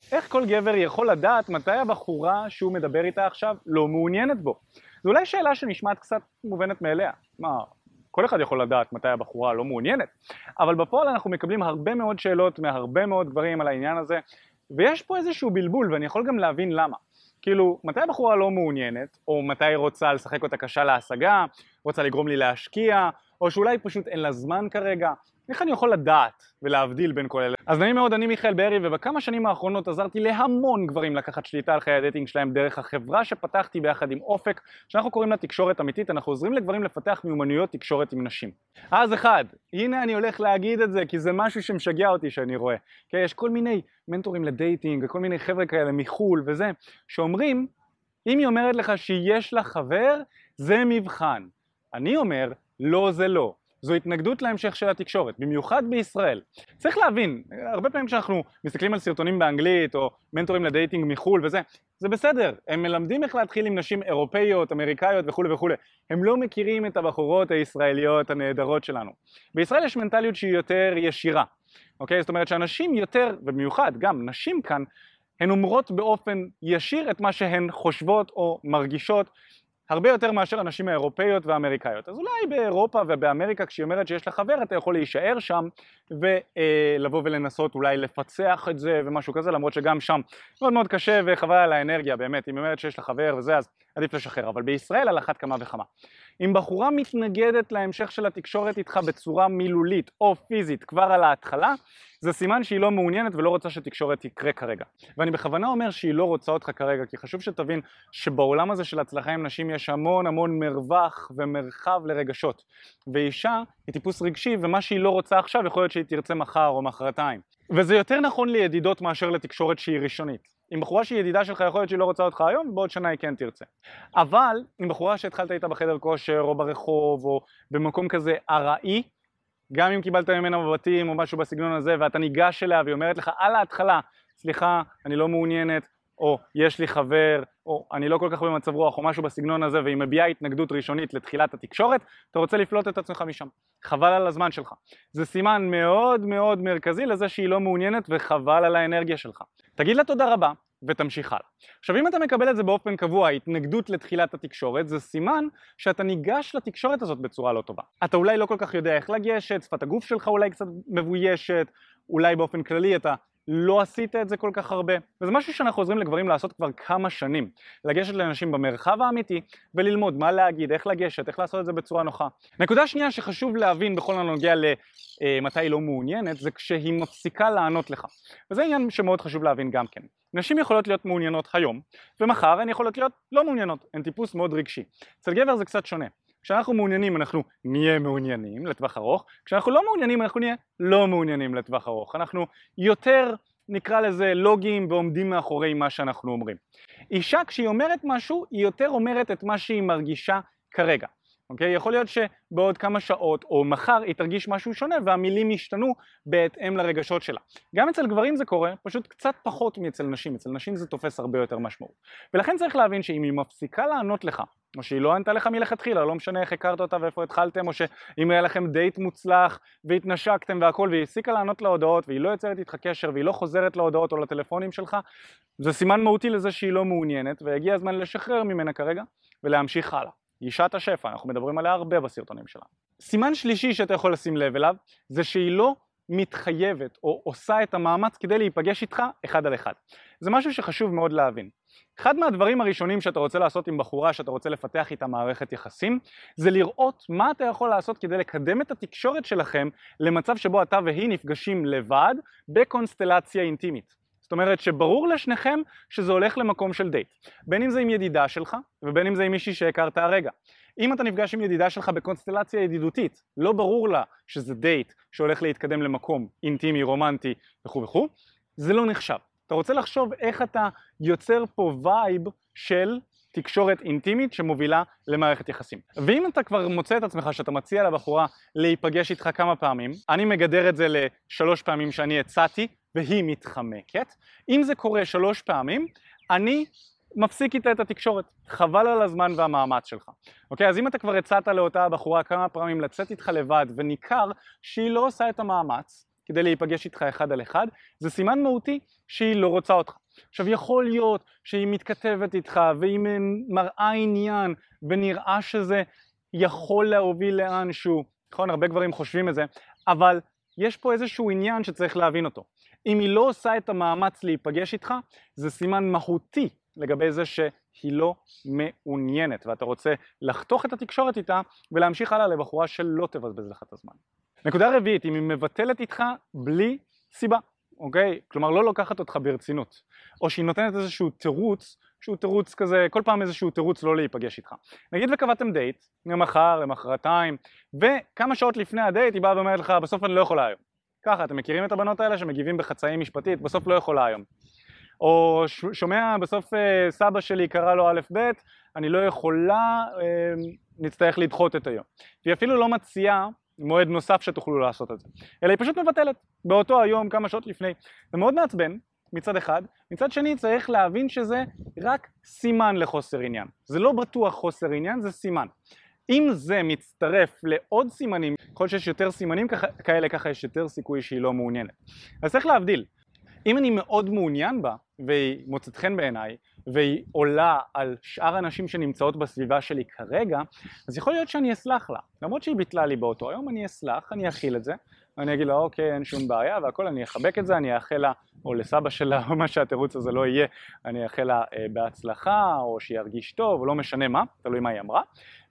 איך כל גבר יכול לדעת מתי הבחורה שהוא מדבר איתה עכשיו לא מעוניינת בו? זו אולי שאלה שנשמעת קצת מובנת מאליה. מה, כל אחד יכול לדעת מתי הבחורה לא מעוניינת. אבל בפועל אנחנו מקבלים הרבה מאוד שאלות מהרבה מאוד גברים על העניין הזה, ויש פה איזשהו בלבול, ואני יכול גם להבין למה. כאילו, מתי הבחורה לא מעוניינת, או מתי היא רוצה לשחק אותה קשה להשגה, רוצה לגרום לי להשקיע, או שאולי פשוט אין לה זמן כרגע. איך אני יכול לדעת ולהבדיל בין כל אלה? אז נעים מאוד, אני מיכאל בארי, ובכמה שנים האחרונות עזרתי להמון גברים לקחת שליטה על חיי הדייטינג שלהם דרך החברה שפתחתי ביחד עם אופק, שאנחנו קוראים לה תקשורת אמיתית. אנחנו עוזרים לגברים לפתח מיומנויות תקשורת עם נשים. אז אחד, הנה אני הולך להגיד את זה, כי זה משהו שמשגע אותי שאני רואה. כי יש כל מיני מנטורים לדייטינג, וכל מיני חבר'ה כאלה מחול וזה, שאומרים, אם היא אומרת לך שיש לה חבר, זה מבחן. אני אומר, לא זה לא. זו התנגדות להמשך של התקשורת, במיוחד בישראל. צריך להבין, הרבה פעמים כשאנחנו מסתכלים על סרטונים באנגלית או מנטורים לדייטינג מחול וזה, זה בסדר, הם מלמדים איך להתחיל עם נשים אירופאיות, אמריקאיות וכו' וכו'. הם לא מכירים את הבחורות הישראליות הנהדרות שלנו. בישראל יש מנטליות שהיא יותר ישירה, אוקיי? זאת אומרת שאנשים יותר, ובמיוחד גם נשים כאן, הן אומרות באופן ישיר את מה שהן חושבות או מרגישות, הרבה יותר מאשר הנשים האירופאיות והאמריקאיות. אז אולי באירופה ובאמריקה כשהיא אומרת שיש לה חבר, אתה יכול להישאר שם ולבוא ולנסות אולי לפצח את זה ומשהו כזה, למרות שגם שם מאוד מאוד קשה וחבל על האנרגיה באמת. אם היא אומרת שיש לה חבר וזה, אז עדיף לשחרר. אבל בישראל על אחת כמה וכמה. אם בחורה מתנגדת להמשך של התקשורת איתך בצורה מילולית או פיזית כבר על ההתחלה, זה סימן שהיא לא מעוניינת ולא רוצה שתקשורת יקרה כרגע. ואני בכוונה אומר שהיא לא רוצה אותך כרגע, כי חשוב שתבין שבעולם הזה של הצלחה עם נשים יש המון המון מרווח ומרחב לרגשות. ואישה היא טיפוס רגשי, ומה שהיא לא רוצה עכשיו יכול להיות שהיא תרצה מחר או מחרתיים. וזה יותר נכון לידידות מאשר לתקשורת שהיא ראשונית. עם בחורה שהיא ידידה שלך יכול להיות שהיא לא רוצה אותך היום, בעוד שנה היא כן תרצה. אבל עם בחורה שהתחלת איתה בחדר כושר או ברחוב או במקום כזה ארעי, גם אם קיבלת ממנה מבטים או משהו בסגנון הזה ואתה ניגש אליה והיא אומרת לך על ההתחלה, סליחה, אני לא מעוניינת, או יש לי חבר, או אני לא כל כך במצב רוח או משהו בסגנון הזה, והיא מביעה התנגדות ראשונית לתחילת התקשורת, אתה רוצה לפלוט את עצמך משם. חבל על הזמן שלך. זה סימן מאוד מאוד מרכזי לזה שהיא לא מעוניינת וחבל על האנרגיה שלך. תגיד לה תודה רבה ותמשיך הלאה. עכשיו אם אתה מקבל את זה באופן קבוע, התנגדות לתחילת התקשורת, זה סימן שאתה ניגש לתקשורת הזאת בצורה לא טובה. אתה אולי לא כל כך יודע איך לגשת, שפת הגוף שלך אולי קצת מבוישת, אולי באופן כללי אתה לא עשית את זה כל כך הרבה, וזה משהו שאנחנו עוזרים לגברים לעשות כבר כמה שנים. לגשת לאנשים במרחב האמיתי וללמוד מה להגיד, איך לגשת, איך לעשות את זה בצורה נוחה. נקודה שנייה שחשוב להבין בכל הנוגע למתי היא לא מעוניינת, זה כשהיא מפסיקה לענות לך. וזה עניין שמאוד חשוב להבין גם כן. נשים יכולות להיות מעוניינות היום, ומחר הן יכולות להיות לא מעוניינות, הן טיפוס מאוד רגשי. אצל גבר זה קצת שונה. כשאנחנו מעוניינים אנחנו נהיה מעוניינים לטווח ארוך, כשאנחנו לא מעוניינים אנחנו נהיה לא מעוניינים לטווח ארוך. אנחנו יותר נקרא לזה לוגיים ועומדים מאחורי מה שאנחנו אומרים. אישה כשהיא אומרת משהו היא יותר אומרת את מה שהיא מרגישה כרגע. אוקיי? יכול להיות שבעוד כמה שעות או מחר היא תרגיש משהו שונה והמילים ישתנו בהתאם לרגשות שלה. גם אצל גברים זה קורה, פשוט קצת פחות מאצל נשים. אצל נשים זה תופס הרבה יותר משמעות. ולכן צריך להבין שאם היא מפסיקה לענות לך, או שהיא לא ענתה לך מלכתחילה, לא משנה איך הכרת אותה ואיפה התחלתם, או שאם היה לכם דייט מוצלח והתנשקתם והכל, והיא הפסיקה לענות להודעות והיא לא יוצרת איתך קשר והיא לא חוזרת להודעות או לטלפונים שלך, זה סימן מהותי לזה שהיא לא מעוניינת, והגיע הזמן לשחרר ממנה כרגע ולהמשיך הלאה. גישת השפע, אנחנו מדברים עליה הרבה בסרטונים שלה. סימן שלישי שאתה יכול לשים לב אליו, זה שהיא לא מתחייבת או עושה את המאמץ כדי להיפגש איתך אחד על אחד. זה משהו שחשוב מאוד להבין. אחד מהדברים הראשונים שאתה רוצה לעשות עם בחורה, שאתה רוצה לפתח איתה מערכת יחסים, זה לראות מה אתה יכול לעשות כדי לקדם את התקשורת שלכם למצב שבו אתה והיא נפגשים לבד בקונסטלציה אינטימית. זאת אומרת שברור לשניכם שזה הולך למקום של דייט. בין אם זה עם ידידה שלך ובין אם זה עם מישהי שהכרת הרגע. אם אתה נפגש עם ידידה שלך בקונסטלציה ידידותית, לא ברור לה שזה דייט שהולך להתקדם למקום אינטימי, רומנטי וכו' וכו', זה לא נחשב. אתה רוצה לחשוב איך אתה יוצר פה וייב של תקשורת אינטימית שמובילה למערכת יחסים. ואם אתה כבר מוצא את עצמך שאתה מציע לבחורה להיפגש איתך כמה פעמים, אני מגדר את זה ל3 פעמים שאני הצעתי והיא מתחמקת. אם זה קורה 3 פעמים, אני מפסיק איתה את התקשורת. חבל על הזמן והמאמץ שלך. אוקיי, אז אם אתה כבר הצעת לאותה הבחורה כמה פעמים לצאת איתך לבד וניכר שהיא לא עושה את המאמץ, כדי להיפגש איתך אחד על אחד, זה סימן מהותי שהיא לא רוצה אותך. עכשיו יכול להיות שהיא מתכתבת איתך והיא מראה עניין ונראה שזה יכול להוביל לאנשהו, נכון? הרבה גברים חושבים את זה, אבל יש פה איזשהו עניין שצריך להבין אותו. אם היא לא עושה את המאמץ להיפגש איתך, זה סימן מהותי לגבי זה שהיא לא מעוניינת, ואתה רוצה לחתוך את התקשורת איתה ולהמשיך הלאה לבחורה שלא תבזבז לך את הזמן. נקודה רביעית, אם היא מבטלת איתך בלי סיבה, אוקיי? כלומר לא לוקחת אותך ברצינות, או שהיא נותנת איזשהו תירוץ, שהוא תירוץ כזה, כל פעם איזשהו תירוץ לא להיפגש איתך. נגיד וקבעתם דייט, למחר, למחרתיים, וכמה שעות לפני הדייט היא באה ואומרת לך, בסוף אני לא יכולה היום. ככה, אתם מכירים את הבנות האלה שמגיבים בחצאים משפטית, בסוף לא יכולה היום. או שומע, בסוף סבא שלי קרא לו א' ב', אני לא יכולה, נצטרך לדחות את היום. והיא אפילו לא מציעה מועד נוסף שתוכלו לעשות את זה, אלא היא פשוט מבטלת באותו היום כמה שעות לפני. זה מאוד מעצבן מצד אחד, מצד שני צריך להבין שזה רק סימן לחוסר עניין. זה לא בטוח חוסר עניין, זה סימן. אם זה מצטרף לעוד סימנים, ככל שיש יותר סימנים כאלה, ככה יש יותר סיכוי שהיא לא מעוניינת. אז צריך להבדיל. אם אני מאוד מעוניין בה, והיא מוצאת חן בעיניי, והיא עולה על שאר הנשים שנמצאות בסביבה שלי כרגע, אז יכול להיות שאני אסלח לה. למרות שהיא ביטלה לי באותו היום, אני אסלח, אני אכיל את זה, אני אגיד לה, אוקיי, אין שום בעיה, והכל, אני אחבק את זה, אני אאחל לה, או לסבא שלה, או מה שהתירוץ הזה לא יהיה, אני אאחל לה בהצלחה, או שירגיש טוב, או לא משנה מה, תלוי מה היא אמרה,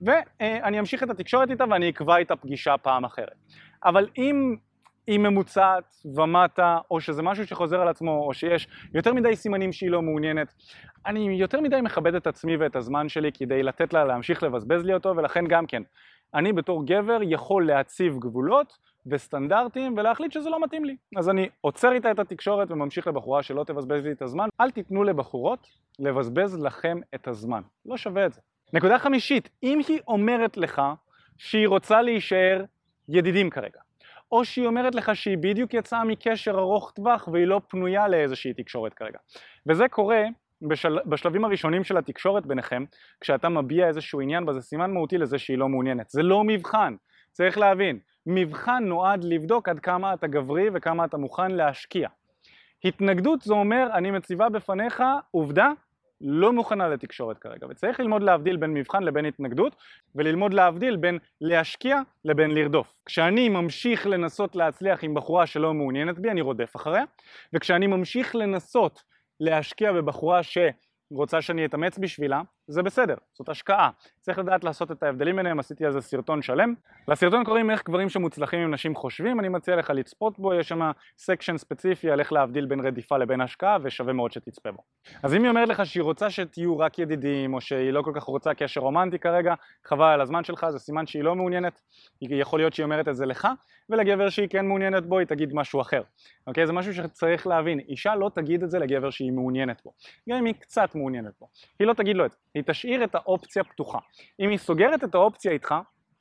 ואני אמשיך את התקשורת איתה, ואני אקבע איתה פגישה פעם אחרת. אבל אם היא ממוצעת ומטה, או שזה משהו שחוזר על עצמו, או שיש יותר מדי סימנים שהיא לא מעוניינת, אני יותר מדי מכבד את עצמי ואת הזמן שלי כדי לתת לה להמשיך לבזבז לי אותו, ולכן גם כן, אני בתור גבר יכול להציב גבולות וסטנדרטים ולהחליט שזה לא מתאים לי. אז אני עוצר איתה את התקשורת וממשיך לבחורה שלא תבזבז לי את הזמן. אל תיתנו לבחורות לבזבז לכם את הזמן, לא שווה את זה. נקודה חמישית, אם היא אומרת לך שהיא רוצה להישאר ידידים כרגע, או שהיא אומרת לך שהיא בדיוק יצאה מקשר ארוך טווח והיא לא פנויה לאיזושהי תקשורת כרגע. וזה קורה בשלבים הראשונים של התקשורת ביניכם, כשאתה מביע איזשהו עניין בזה, סימן מהותי לזה שהיא לא מעוניינת. זה לא מבחן, צריך להבין. מבחן נועד לבדוק עד כמה אתה גברי וכמה אתה מוכן להשקיע. התנגדות זה אומר, אני מציבה בפניך עובדה, לא מוכנה לתקשורת כרגע, וצריך ללמוד להבדיל בין מבחן לבין התנגדות, וללמוד להבדיל בין להשקיע לבין לרדוף. כשאני ממשיך לנסות להצליח עם בחורה שלא מעוניינת בי, אני רודף אחריה, וכשאני ממשיך לנסות להשקיע בבחורה שרוצה שאני אתאמץ בשבילה, זה בסדר, זאת השקעה. צריך לדעת לעשות את ההבדלים ביניהם, עשיתי על זה סרטון שלם. לסרטון קוראים איך גברים שמוצלחים עם נשים חושבים, אני מציע לך לצפות בו, יש שם סקשן ספציפי על איך להבדיל בין רדיפה לבין השקעה, ושווה מאוד שתצפה בו. אז אם היא אומרת לך שהיא רוצה שתהיו רק ידידים, או שהיא לא כל כך רוצה קשר רומנטי כרגע, חבל על הזמן שלך, זה סימן שהיא לא מעוניינת. יכול להיות שהיא אומרת את זה לך, ולגבר שהיא כן מעוניינת בו, היא תגיד משהו אחר. אוקיי? זה משהו שצריך להבין. אישה לא תגיד את זה לגבר שהיא מעוניינת בו. גם אם היא קצת מעוניינת בו. היא לא תגיד לו את זה. היא תשאיר את האופציה פתוחה. אם היא סוגרת את האופציה איתך,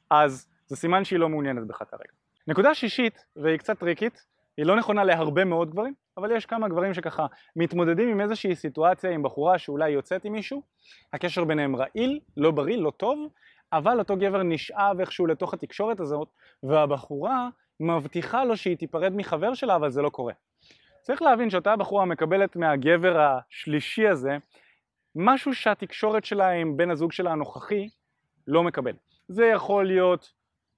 אז זה סימן שהיא לא מעוניינת בך כרגע. נקודה שישית, והיא קצת טריקית, היא לא נכונה להרבה מאוד גברים, אבל יש כמה גברים שככה מתמודדים עם איזושהי סיטואציה עם בחורה שאולי יוצאת עם מישהו, הקשר ביניהם רעיל, לא בריא, לא טוב, אבל אותו גבר נשאב איכשהו לתוך התקשורת הזאת, והבחורה מבטיחה לו שהיא תיפרד מחבר שלה, אבל זה לא קורה. צריך להבין שאותה בחורה מקבלת מהגבר השלישי הזה, משהו שהתקשורת שלה עם בן הזוג שלה הנוכחי לא מקבל. זה יכול להיות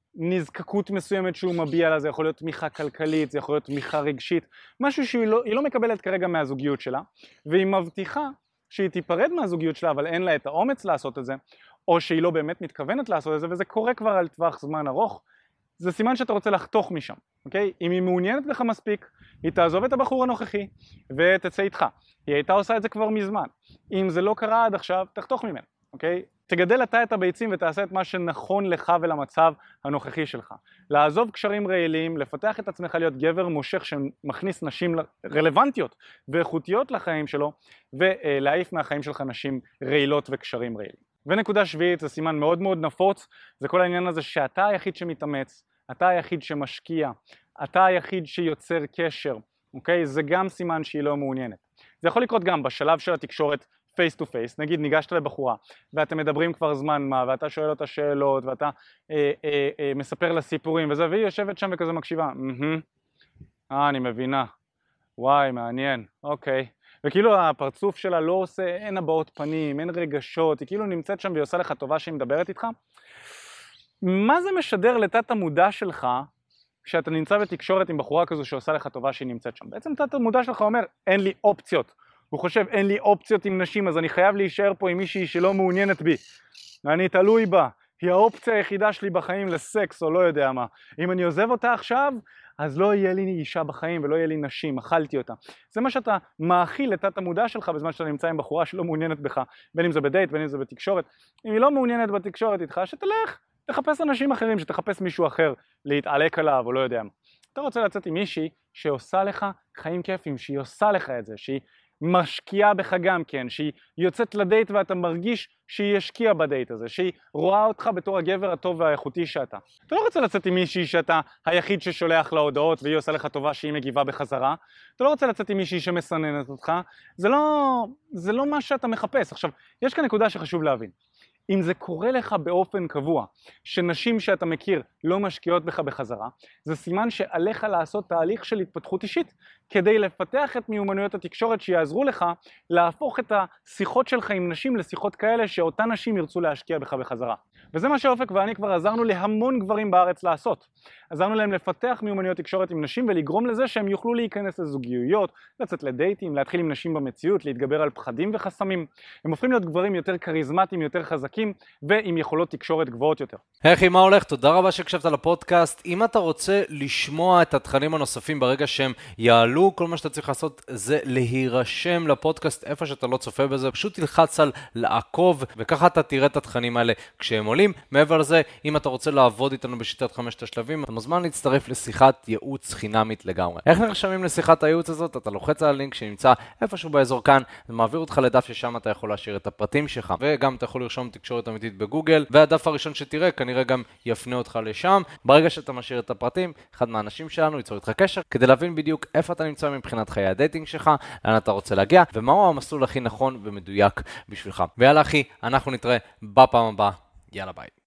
נזקקות מסוימת שהוא מביע לה, זה יכול להיות תמיכה כלכלית, זה יכול להיות תמיכה רגשית, משהו שהיא לא מקבלת כרגע מהזוגיות שלה, והיא מבטיחה שהיא תיפרד מהזוגיות שלה, אבל אין לה את האומץ לעשות את זה, או שהיא לא באמת מתכוונת לעשות את זה, וזה קורה כבר על טווח זמן ארוך, זה סימן שאתה רוצה לחתוך משם, אוקיי? אם היא מעוניינת בך מספיק, היא תעזוב את הבחור הנוכחי ותצא איתך. היא הייתה עושה את זה כבר מזמן. אם זה לא קרה עד עכשיו, תחתוך ממנו, אוקיי? תגדל אתה את הביצים ותעשה את מה שנכון לך ולמצב הנוכחי שלך. לעזוב קשרים רעילים, לפתח את עצמך להיות גבר מושך שמכניס נשים רלוונטיות ואיכותיות לחיים שלו, ולהעיף מהחיים שלך נשים רעילות וקשרים רעילים. ונקודה שביעית, זה סימן מאוד מאוד נפוץ, זה כל העניין הזה שאתה היחיד שמתאמץ, אתה היחיד שמשקיע, אתה היחיד שיוצר קשר, אוקיי? זה גם סימן שהיא לא מעוניינת. זה יכול לקרות גם בשלב של התקשורת פייס טו פייס, נגיד ניגשת לבחורה ואתם מדברים כבר זמן מה, ואתה שואל אותה שאלות ואתה מספר לה סיפורים וזה, והיא יושבת שם וכזה מקשיבה, אני מבינה. וואי, מעניין. אוקיי. וכאילו הפרצוף שלה לא עושה, אין הבעות פנים, אין רגשות, היא כאילו נמצאת שם והיא עושה לך טובה שהיא מדברת איתך. מה זה משדר לתת המודע שלך כשאתה נמצא בתקשורת עם בחורה כזו שעושה לך טובה שהיא נמצאת שם? בעצם תת המודע שלך אומר, אין לי אופציות. הוא חושב, אין לי אופציות עם נשים, אז אני חייב להישאר פה עם מישהי שלא מעוניינת בי. אני תלוי בה. היא האופציה היחידה שלי בחיים לסקס או לא יודע מה. אם אני עוזב אותה עכשיו, אז לא יהיה לי אישה בחיים ולא יהיה לי נשים, אכלתי אותה. זה מה שאתה מאכיל לתת המודע שלך בזמן שאתה נמצא עם בחורה שלא מעוניינת בך, בין אם זה בדייט, בין אם זה בתקשורת. אם היא לא מעוניינת בתקשורת איתך, שתלך, תחפש אנשים אחרים, שתחפש מישהו אחר להתעלק עליו או לא יודע מה. אתה רוצה לצאת עם מישהי שעושה לך חיים כיפים, שהיא עושה לך את זה, שהיא משקיעה בך גם כן, שהיא יוצאת לדייט ואתה מרגיש שהיא השקיעה בדייט הזה, שהיא רואה אותך בתור הגבר הטוב והאיכותי שאתה. אתה לא רוצה לצאת עם מישהי שאתה היחיד ששולח לה הודעות והיא עושה לך טובה שהיא מגיבה בחזרה. אתה לא רוצה לצאת עם מישהי שמסננת אותך. זה לא מה שאתה מחפש. עכשיו, יש כאן נקודה שחשוב להבין. אם זה קורה לך באופן קבוע, שנשים שאתה מכיר לא משקיעות בך בחזרה, זה סימן שעליך לעשות תהליך של התפתחות אישית, כדי לפתח את מיומנויות התקשורת שיעזרו לך להפוך את השיחות שלך עם נשים לשיחות כאלה שאותן נשים ירצו להשקיע בך בחזרה. וזה מה שאופק ואני כבר עזרנו להמון גברים בארץ לעשות. עזרנו להם לפתח מיומנויות תקשורת עם נשים ולגרום לזה שהם יוכלו להיכנס לזוגיות, לצאת לדייטים, להתחיל עם נשים במציאות, להתגבר על פחדים וחסמים. הם הופכים להיות גברים יותר כריזמטיים, יותר חזקים ועם יכולות תקשורת גבוהות יותר. היי, מה הולך? תודה רבה שהקשבת לפודקאסט. אם אתה רוצה לשמוע את התכנים הנוספים ברגע שהם יעלו, כל מה שאתה צריך לעשות זה להירשם לפודקאסט איפה שאתה לא צופה בזה. פשוט תלחץ על לעקוב וככה אתה תראה את התכנים האלה כשהם עולים. מעבר לזה, אם אתה רוצה לעבוד איתנו בשיטת 5 השלבים, אתה מוזמן להצטרף לשיחת ייעוץ חינמית לגמרי. איך נרשמים לשיחת הייעוץ הזאת? אתה לוחץ על הלינק שנמצא איפשהו באזור כאן, זה מעביר אותך לדף ששם אתה יכול להשאיר את הפרטים שלך, וגם אתה יכול לרשום תקשורת אמיתית בגוגל, והדף הראשון שתראה כנראה גם יפנה אותך לשם. ברגע שאתה משאיר את הפרטים, אחד מהאנשים שלנו ייצור איתך קשר כדי להבין בדיוק איפה אתה נמצא מבחינת חיי הדייטינג שלך, לאן אתה רוצה להגיע, ומהו המסלול הכי נכון ומדויק בשבילך. ויאללה אחי, אנחנו נתראה בפעם הבאה. יאללה ביי.